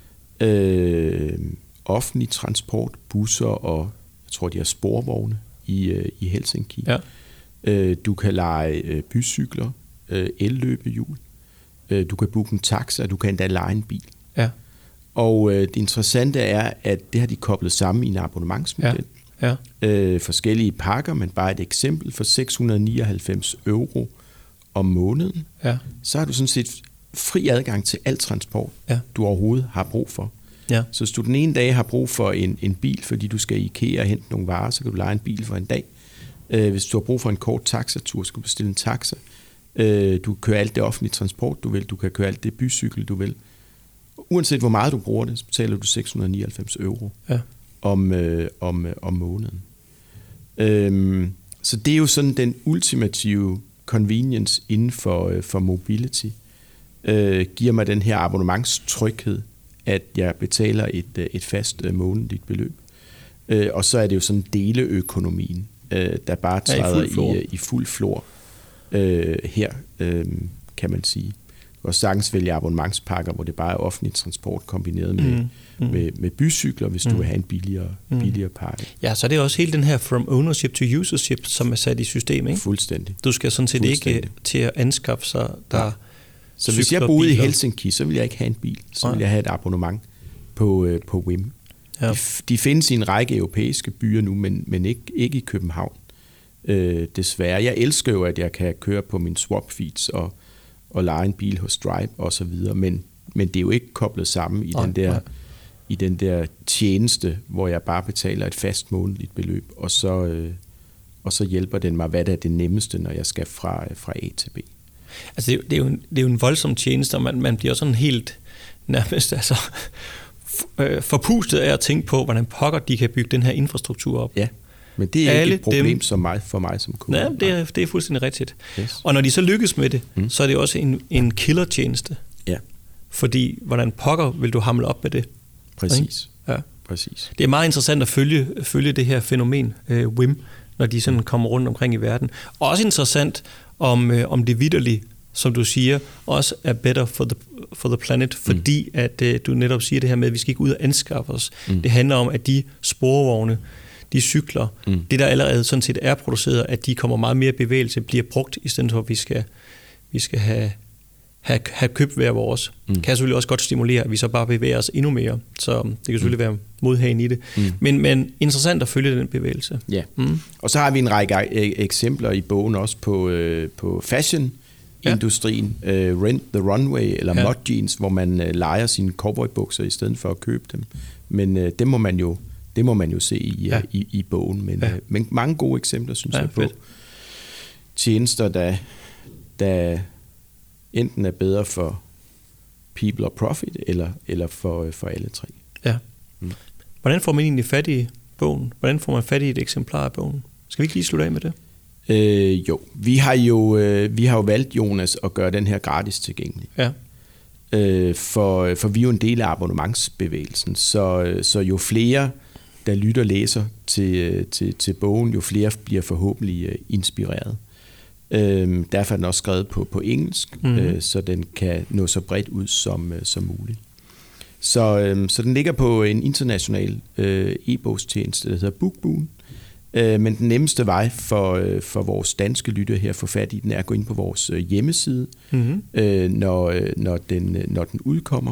Øh, offentlig transport, busser og jeg tror, de har sporvogne i, øh, i Helsinki. Ja. Øh, du kan leje øh, bycykler, øh, elløbehjul, øh, du kan booke en taxa, du kan endda leje en bil. Ja. Og øh, det interessante er, at det har de koblet sammen i en abonnementsmodel. Ja. Ja. Øh, forskellige pakker, men bare et eksempel for seks hundrede nioghalvfems euro om måneden. Ja. Så har du sådan set fri adgang til al transport, ja. du overhovedet har brug for. Ja. Så hvis du den ene dag har brug for en, en bil, fordi du skal i IKEA og hente nogle varer, så kan du leje en bil for en dag. Øh, hvis du har brug for en kort taxatur, så kan du bestille en taxa. Øh, du kan køre alt det offentlige transport, du vil. Du kan køre alt det bycykel, du vil. Uanset hvor meget du bruger det, så betaler du seks hundrede nioghalvfems euro ja. om, øh, om, øh, om måneden. Øh, så det er jo sådan den ultimative convenience inden for, øh, for mobility. Øh, giver mig den her abonnementstryghed, at jeg betaler et, et fast månedligt beløb. Øh, og så er det jo sådan deleøkonomien, øh, der bare træder ja, i, fuld i, i fuld flor øh, her, øh, kan man sige. Du kan sagtens vælge abonnementspakker, hvor det bare er offentlig transport kombineret med, mm. Mm. med, med bycykler, hvis mm. du vil have en billigere, billigere pakke.
Ja, så er det også hele den her from ownership to usership, som er sat i system, ikke?
Fuldstændig.
Du skal sådan set ikke til at anskaffe sig, der... Ja.
Så hvis jeg boede i Helsinki, så ville jeg ikke have en bil. Så ville jeg have et abonnement på, øh, på Wim. Ja. De, de findes i en række europæiske byer nu, men, men ikke, ikke i København. Øh, desværre. Jeg elsker jo, at jeg kan køre på min swap feeds og, at leje en bil hos Stripe og så videre, men, men det er jo ikke koblet sammen i,
nej,
den der,
nej.
i den der tjeneste, hvor jeg bare betaler et fast månedligt beløb, og så, øh, og så hjælper den mig, hvad der er det nemmeste, når jeg skal fra, fra A til B.
Altså det er, det er, jo, en, det er jo en voldsom tjeneste, og man, man bliver sådan helt nærmest altså, forpustet af at tænke på, hvordan pokker de kan bygge den her infrastruktur op.
Ja, men det er
Alle
ikke et problem
dem,
som mig, for mig som kunde.
Ja, det er, det er fuldstændig rigtigt.
Yes.
Og når de så lykkes med det, mm. så er det også en, en killer-tjeneste.
Ja.
Fordi, hvordan pokker vil du hamle op med det?
Præcis.
Ja.
Præcis.
Det er meget interessant at følge, følge det her fænomen, øh, W I M, når de sådan kommer rundt omkring i verden. Også interessant, om, øh, om det vitterligt, som du siger, også er better for the, for the planet, fordi mm. at øh, du netop siger det her med, at vi skal ikke ud og anskaffe os. Mm. Det handler om, at de sporvogne, de cykler, mm. det der allerede sådan set er produceret, at de kommer meget mere bevægelse, bliver brugt, i stedet for at vi skal, vi skal have, have, have købt hver vores. Mm. Kan selvfølgelig også godt stimulere, at vi så bare bevæger os endnu mere. Så det kan selvfølgelig mm. være modhagen i det. Mm. Men, men interessant at følge den bevægelse.
Ja,
mm.
og så har vi en række eksempler i bogen også på, øh, på fashion, industrien, ja. uh, Rent the Runway eller ja. Mod Jeans, hvor man uh, lejer sine cowboybukser i stedet for at købe dem. Men uh, det må man jo det må man jo se i, ja. uh, i, i bogen. Men, ja. uh, men mange gode eksempler, synes ja, jeg, på fedt. Tjenester, der, der enten er bedre for people og profit, eller, eller for, uh, for alle tre.
Ja. Mm. Hvordan får man egentlig fat i bogen? Hvordan får man fat i et eksemplar af bogen? Skal vi ikke lige slutte af med det?
Øh, jo, vi har jo øh, vi har jo valgt, Jonas, at gøre den her gratis tilgængelig.
Ja.
Øh, for, for vi er jo en del af abonnementsbevægelsen, så, så jo flere, der lytter og læser til, til, til bogen, jo flere bliver forhåbentlig inspireret. Øh, derfor er den også skrevet på, på engelsk, mm. øh, så den kan nå så bredt ud som, som muligt. Så, øh, så den ligger på en international øh, e-bogstjeneste, der hedder BookBoon. Men den nemmeste vej for, for vores danske lytter her at få fat i den er at gå ind på vores hjemmeside, mm-hmm. når, når, den, når den udkommer.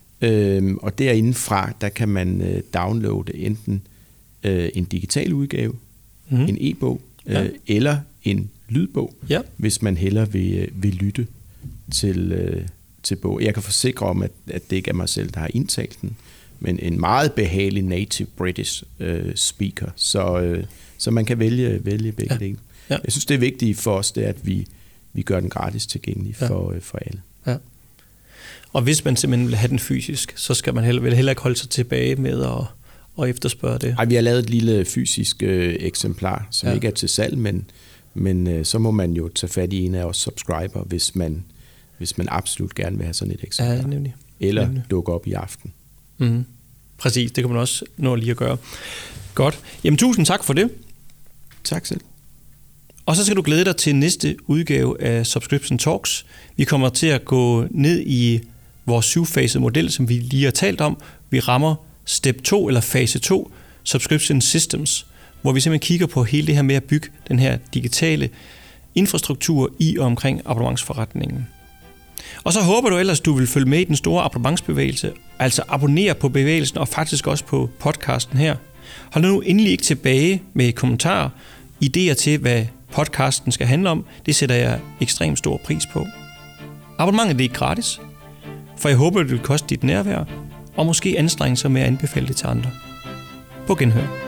Og derindefra, der kan man downloade enten en digital udgave, mm-hmm. en e-bog, ja. eller en lydbog, ja. hvis man hellere vil, vil lytte til, til bog. Jeg kan forsikre om, at, at det ikke er mig selv, der har indtalt den, men en meget behagelig native British uh, speaker, så, uh, så man kan vælge, vælge begge ja. dele. Ja. Jeg synes, det er vigtigt for os, det er, at vi, vi gør den gratis tilgængelig for, ja. uh, for alle.
Ja. Og hvis man simpelthen vil have den fysisk, så skal man heller, heller ikke holde sig tilbage med at, at efterspørge det.
Ej, vi har lavet et lille fysisk uh, eksemplar, som ja. ikke er til salg, men, men uh, så må man jo tage fat i en af os subscriber, hvis man, hvis man absolut gerne vil have sådan et eksemplar.
Ja, nemlig.
Eller
nemlig.
dukke op i aften.
Mm. Præcis, det kan man også nå lige at gøre. Godt. Jamen, tusind tak for det.
Tak selv.
Og så skal du glæde dig til næste udgave af Subscription Talks. Vi kommer til at gå ned i vores syvfasede model, som vi lige har talt om. Vi rammer step to eller fase to, Subscription Systems, hvor vi simpelthen kigger på hele det her med at bygge den her digitale infrastruktur i og omkring abonnementsforretningen. Og så håber du ellers, du vil følge med i den store abonnementsbevægelse, altså abonnere på bevægelsen og faktisk også på podcasten her. Hold nu endelig ikke tilbage med kommentarer, idéer til, hvad podcasten skal handle om. Det sætter jeg ekstremt stor pris på. Abonnementet er ikke gratis, for jeg håber, det vil koste dit nærvær, og måske anstrenge sig med at anbefale det til andre. På genhør.